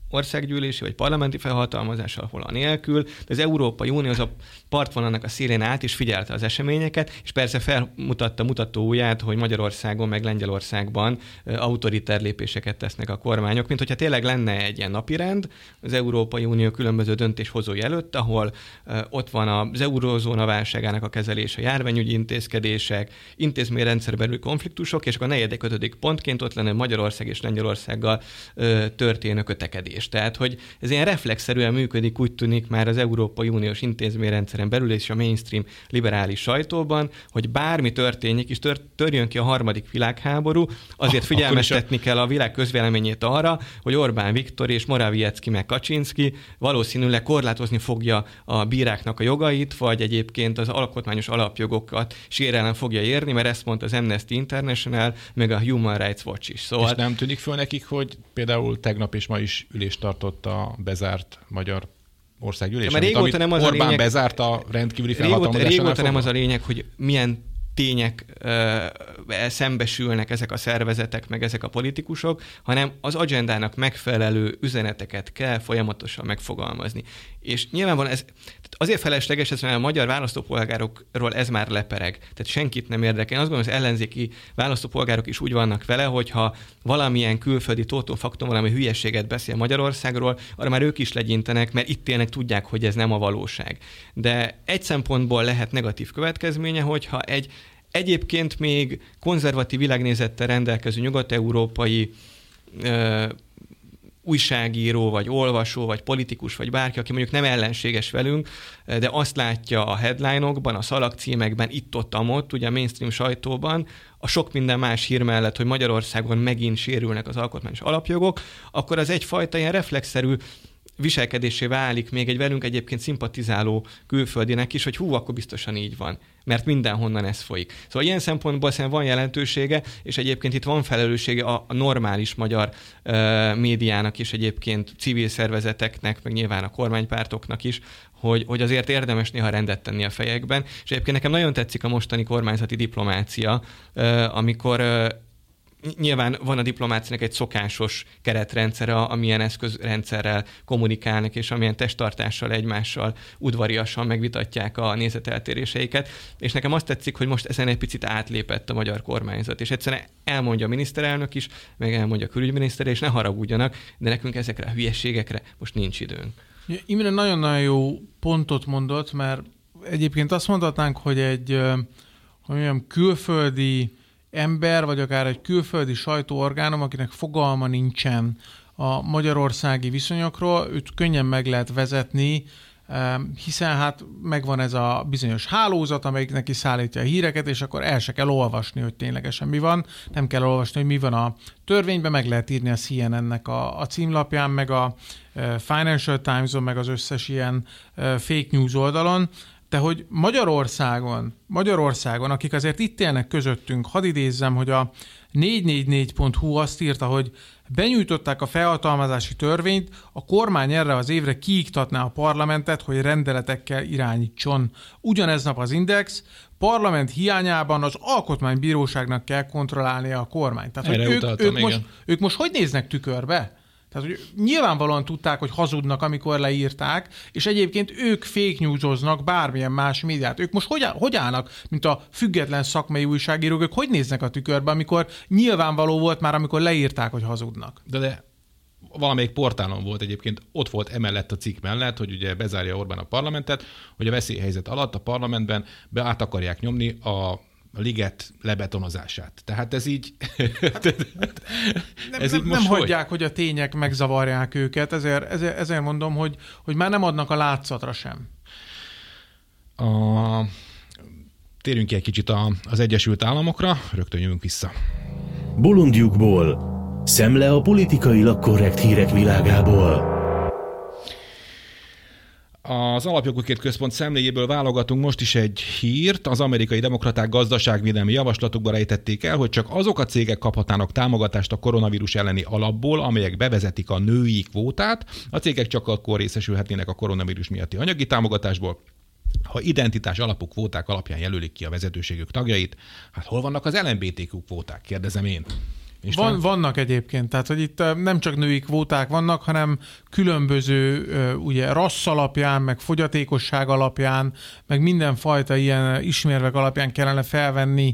országgyűlési vagy parlamenti felhatalmazással, hol a nélkül, de az Európai Unió az a partvonalnak a szélén állt és figyelte az eseményeket, és persze felmutatta mutatóujját, hogy Magyarországon meg Lengyelországban autoriter lépéseket tesznek a kormányok, mint hogyha tényleg lenne egy ilyen napirend az Európai Unió különböző döntéshozói előtt, ahol ott van az eurózóna válságának a kezelése, járványügyi intézkedések, intézményrendszer belüli konfliktusok, és akkor a 4.-5. pontként ott lenne Magyarország és Lengyelországgal történő kötekedés. Tehát, hogy ez ilyen reflexzerűen működik, úgy tűnik már az Európai Uniós intézményrendszeren belül és a mainstream liberális sajtóban, hogy bármi történjék, és törjön ki a harmadik világháború, azért figyelmeztetni kell a világ közvéleményét arra, hogy Orbán Viktor és Morawiecki meg Kaczynszki valószínűleg korlátozni fogja a bíráknak a jogait, vagy egyébként az alkotmányos alapjogokat sérelem fogja érni, mert ezt mondta az Amnesty International, meg a Human Rights Watch is. Szóval... És nem tűnik föl nekik, hogy például tegnap és ma is ülést tartott a bezárt magyar országgyűlés, amit nem az Orbán lényeg, bezárt a rendkívüli felhatalmazásánál. Régóta nem az a lényeg, hogy milyen tények szembesülnek ezek a szervezetek, meg ezek a politikusok, hanem az agendának megfelelő üzeneteket kell folyamatosan megfogalmazni. És nyilvánvalóan ez azért felesleges, mert a magyar választópolgárokról ez már lepereg. Tehát senkit nem érdekel. Én azt gondolom, az ellenzéki választópolgárok is úgy vannak vele, hogyha valamilyen külföldi tóton-fakton valami hülyeséget beszél Magyarországról, arra már ők is legyintenek, mert itt élnek, tudják, hogy ez nem a valóság. De egy szempontból lehet negatív következménye, hogyha egy egyébként még konzervatív világnézettel rendelkező nyugat-európai újságíró, vagy olvasó, vagy politikus, vagy bárki, aki mondjuk nem ellenséges velünk, de azt látja a headline-okban, a szalagcímekben, itt-ott, ugye a mainstream sajtóban, a sok minden más hír mellett, hogy Magyarországon megint sérülnek az alkotmányos alapjogok, akkor az egyfajta ilyen reflexzerű viselkedésé válik még egy velünk egyébként szimpatizáló külföldinek is, hogy hú, akkor biztosan így van, mert mindenhonnan ez folyik. Szóval ilyen szempontból szerintem van jelentősége, és egyébként itt van felelőssége a normális magyar médiának és egyébként civil szervezeteknek, meg nyilván a kormánypártoknak is, hogy azért érdemes néha rendet tenni a fejekben. És egyébként nekem nagyon tetszik a mostani kormányzati diplomácia, amikor nyilván van a diplomáciának egy szokásos keretrendszere, amilyen eszközrendszerrel kommunikálnak, és amilyen testtartással egymással udvariasan megvitatják a nézeteltéréseiket. És nekem azt tetszik, hogy most ezen egy picit átlépett a magyar kormányzat. És egyszerűen elmondja a miniszterelnök is, meg elmondja a külügyminiszter, és ne haragudjanak, de nekünk ezekre a hülyeségekre most nincs időnk. Imre nagyon-nagyon jó pontot mondott, mert egyébként azt mondhatnánk, hogy egy külföldi ember, vagy akár egy külföldi sajtóorgánum, akinek fogalma nincsen a magyarországi viszonyokról, őt könnyen meg lehet vezetni, hiszen hát megvan ez a bizonyos hálózat, amelyik neki szállítja a híreket, és akkor el se kell olvasni, hogy ténylegesen mi van. Nem kell olvasni, hogy mi van a törvényben, meg lehet írni a CNN-nek a címlapján, meg a Financial Times-on, meg az összes ilyen fake news oldalon. De hogy Magyarországon, akik azért itt élnek közöttünk, hadd idézzem, hogy a 444.hu azt írta, hogy benyújtották a felhatalmazási törvényt, a kormány erre az évre kiiktatná a parlamentet, hogy rendeletekkel irányítson. Ugyanez nap az Index, parlament hiányában az alkotmánybíróságnak kell kontrollálnia a kormányt. Tehát, hogy ők most hogy néznek tükörbe? Tehát, hogy nyilvánvalóan tudták, hogy hazudnak, amikor leírták, és egyébként ők fake newsoznak bármilyen más médiát. Ők most hogy állnak, mint a független szakmai újságírók, ők hogy néznek a tükörbe, amikor nyilvánvaló volt már, amikor leírták, hogy hazudnak? De valamelyik portálon volt egyébként, ott volt emellett a cikk mellett, hogy ugye bezárja Orbán a parlamentet, hogy a veszélyhelyzet alatt a parlamentben át akarják nyomni a liget lebetonozását. Tehát ez így... nem hagyják, hogy a tények megzavarják őket, ezért mondom, hogy már nem adnak a látszatra sem. Térjünk ki egy kicsit az Egyesült Államokra, rögtön jövünk vissza. Bolondjukból. Szemle a politikailag korrekt hírek világából. Az Alapjogokért Központ szemléjéből válogatunk most is egy hírt. Az amerikai demokraták gazdaságvédelmi javaslatukba rejtették el, hogy csak azok a cégek kaphatnának támogatást a koronavírus elleni alapból, amelyek bevezetik a női kvótát. A cégek csak akkor részesülhetnének a koronavírus miatti anyagi támogatásból, ha identitás alapú kvóták alapján jelölik ki a vezetőségük tagjait. Hát hol vannak az LMBTQ kvóták, kérdezem én. Vannak egyébként, tehát hogy itt nem csak női kvóták vannak, hanem különböző ugye rassz alapján, meg fogyatékosság alapján, meg mindenfajta ilyen ismérvek alapján kellene felvenni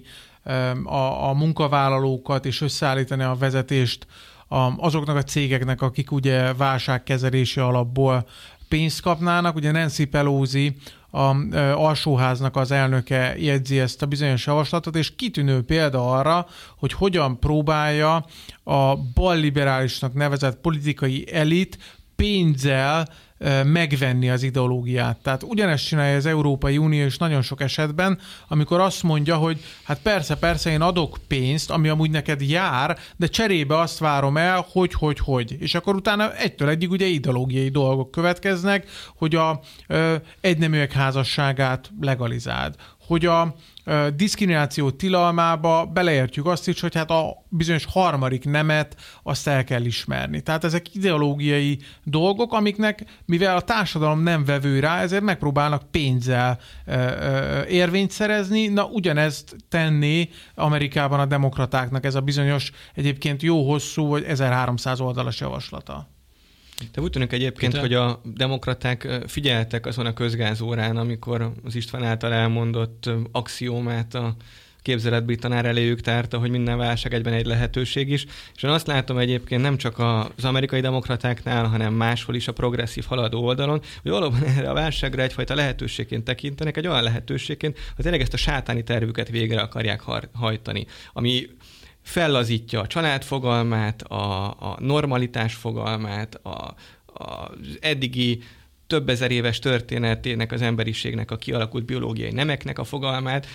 a munkavállalókat, és összeállítani a vezetést azoknak a cégeknek, akik ugye válságkezelési alapból pénzt kapnának. Ugye Nancy Pelosi, a alsóháznak az elnöke jegyzi ezt a bizonyos javaslatot, és kitűnő példa arra, hogy hogyan próbálja a balliberálisnak nevezett politikai elit pénzzel megvenni az ideológiát. Tehát ugyanezt csinálja az Európai Unió is nagyon sok esetben, amikor azt mondja, hogy hát persze, én adok pénzt, ami amúgy neked jár, de cserébe azt várom el, hogy. És akkor utána egytől egyig ugye ideológiai dolgok következnek, hogy a egyneműek házasságát legalizáld, hogy a diszkrimináció tilalmába beleértjük azt is, hogy hát a bizonyos harmadik nemet azt el kell ismerni. Tehát ezek ideológiai dolgok, amiknek, mivel a társadalom nem vevő rá, ezért megpróbálnak pénzzel érvényt szerezni. Na, ugyanezt tenné Amerikában a demokratáknak ez a bizonyos, egyébként jó hosszú, vagy 1300 oldalas javaslata. De úgy tűnik egyébként, hogy a demokraták figyeltek azon a közgázórán, amikor az István által elmondott axiómát a képzeletbeli tanár eléjük tárta, hogy minden válság egyben egy lehetőség is. És én azt látom egyébként nem csak az amerikai demokratáknál, hanem máshol is a progresszív haladó oldalon, hogy valóban erre a válságra egyfajta lehetőségként tekintenek, egy olyan lehetőségként, hogy tényleg ezt a sátáni tervüket végre akarják hajtani, ami fellazítja a család fogalmát, a normalitás fogalmát, az eddigi több ezer éves történetének, az emberiségnek, a kialakult biológiai nemeknek a fogalmát,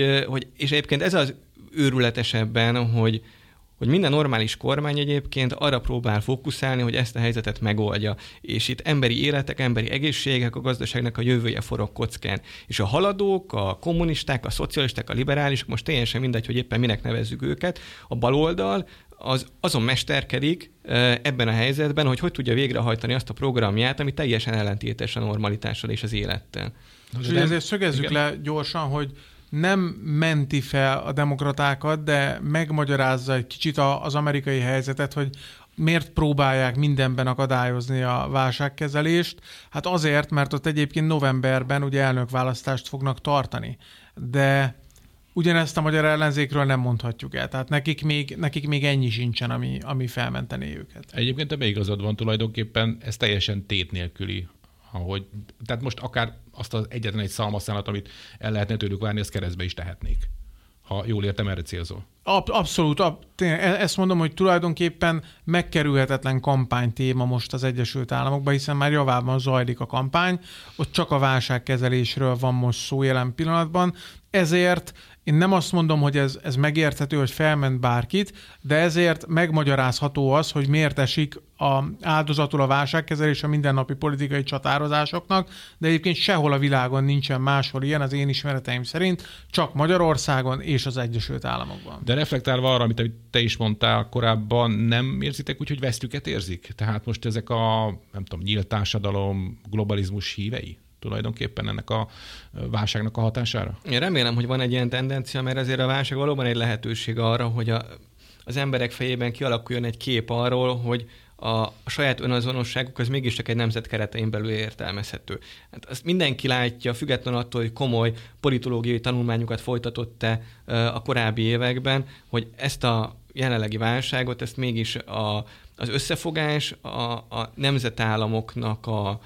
és egyébként ez az őrületesebben, hogy minden normális kormány egyébként arra próbál fókuszálni, hogy ezt a helyzetet megoldja. És itt emberi életek, emberi egészségek, a gazdaságnak a jövője forog kockán. És a haladók, a kommunisták, a szocialisták, a liberálisok, most teljesen mindegy, hogy éppen minek nevezzük őket, a baloldal azon mesterkedik ebben a helyzetben, hogy tudja végrehajtani azt a programját, ami teljesen ellentétes a normalitással és az élettel. És ezért szögezzük le gyorsan, hogy nem menti fel a demokratákat, de megmagyarázza egy kicsit az amerikai helyzetet, hogy miért próbálják mindenben akadályozni a válságkezelést. Hát azért, mert ott egyébként novemberben ugye elnökválasztást fognak tartani. De ugyanezt a magyar ellenzékről nem mondhatjuk el. Tehát nekik még ennyi sincsen, ami felmentené őket. Egyébként ebben igazad van, tulajdonképpen ez teljesen tét nélküli. Tehát most akár azt az egyetlen egy szalmaszállat, amit el lehetne tőlük várni, ezt keresztbe is tehetnék. Ha jól értem, erre célzol. Abszolút. Ezt mondom, hogy tulajdonképpen megkerülhetetlen kampánytéma most az Egyesült Államokban, hiszen már javában zajlik a kampány, ott csak a válságkezelésről van most szó jelen pillanatban. Ezért én nem azt mondom, hogy ez megérthető, hogy felment bárkit, de ezért megmagyarázható az, hogy miért esik áldozatul a válságkezelés a mindennapi politikai csatározásoknak, de egyébként sehol a világon nincsen máshol ilyen, az én ismereteim szerint, csak Magyarországon és az Egyesült Államokban. De reflektálva arra, amit te is mondtál korábban, nem érzitek úgy, hogy vesztüket érzik? Tehát most ezek nyílt társadalom, globalizmus hívei? Tulajdonképpen ennek a válságnak a hatására? Én remélem, hogy van egy ilyen tendencia, mert azért a válság valóban egy lehetőség arra, hogy az emberek fejében kialakuljon egy kép arról, hogy a saját önazonosságuk az mégiscsak egy nemzet keretein belül értelmezhető. Hát azt mindenki látja, függetlenül attól, hogy komoly politológiai tanulmányokat folytatott-e a korábbi években, hogy ezt a jelenlegi válságot, ezt mégis az összefogás, a nemzetállamoknak a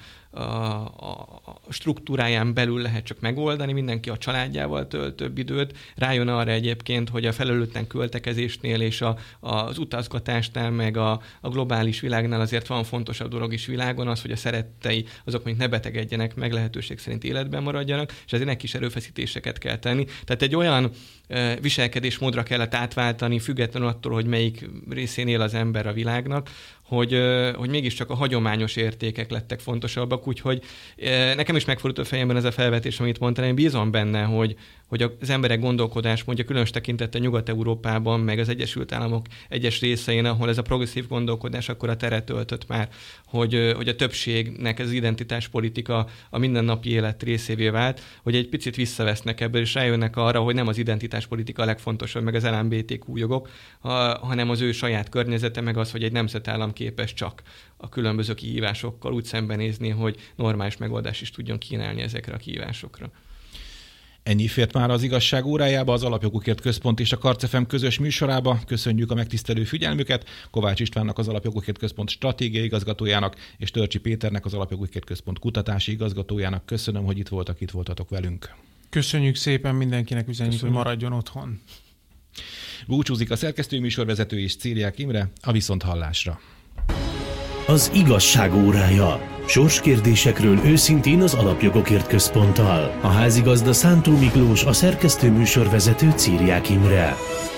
struktúráján belül lehet csak megoldani, mindenki a családjával tölt több időt, rájön arra egyébként, hogy a felelőtlen költekezésnél és az utazgatásnál, meg a globális világnál azért van fontosabb dolog is világon, az, hogy a szerettei azok mondjuk ne betegedjenek meg, lehetőség szerint életben maradjanak, és ezért kis erőfeszítéseket kell tenni. Tehát egy olyan viselkedésmódra kellett átváltani, függetlenül attól, hogy melyik részén él az ember a világnak, hogy mégiscsak a hagyományos értékek lettek fontosabbak, úgyhogy nekem is megfordult a fejemben ez a felvetés, amit mondtál, én bízom benne, hogy az emberek gondolkodásmódja különös tekintettel Nyugat-Európában, meg az Egyesült Államok egyes részein, ahol ez a progresszív gondolkodás akkor a teret töltött már, hogy a többségnek az identitáspolitika a mindennapi élet részévé vált, hogy egy picit visszavesznek ebből, és rájönnek arra, hogy nem az identitáspolitika a legfontosabb, meg az LMBTQ jogok, hanem az ő saját környezete, meg az, hogy egy nemzetállam képes csak a különböző kihívásokkal úgy szembenézni, hogy normális megoldás is tudjon kínálni ezekre a kihívásokra. Ennyi fért már az Igazság órájába, az Alapjogokért Központ és a Karc FM közös műsorába. Köszönjük a megtisztelő figyelmüket. Kovács Istvánnak, az Alapjogokért Központ stratégiai igazgatójának, és Törcsi Péternek, az Alapjogokért Központ kutatási igazgatójának köszönöm, hogy itt voltatok velünk. Köszönjük szépen, mindenkinek üzenjük, hogy maradjon otthon. Búcsúzik a szerkesztő műsorvezető és Círiák Imre, a viszonthallásra. Az Igazság órája. Sorskérdésekről őszintén az Alapjogokért Központtal. A házigazda Szántó Miklós, a szerkesztő műsorvezető Círiák Imre.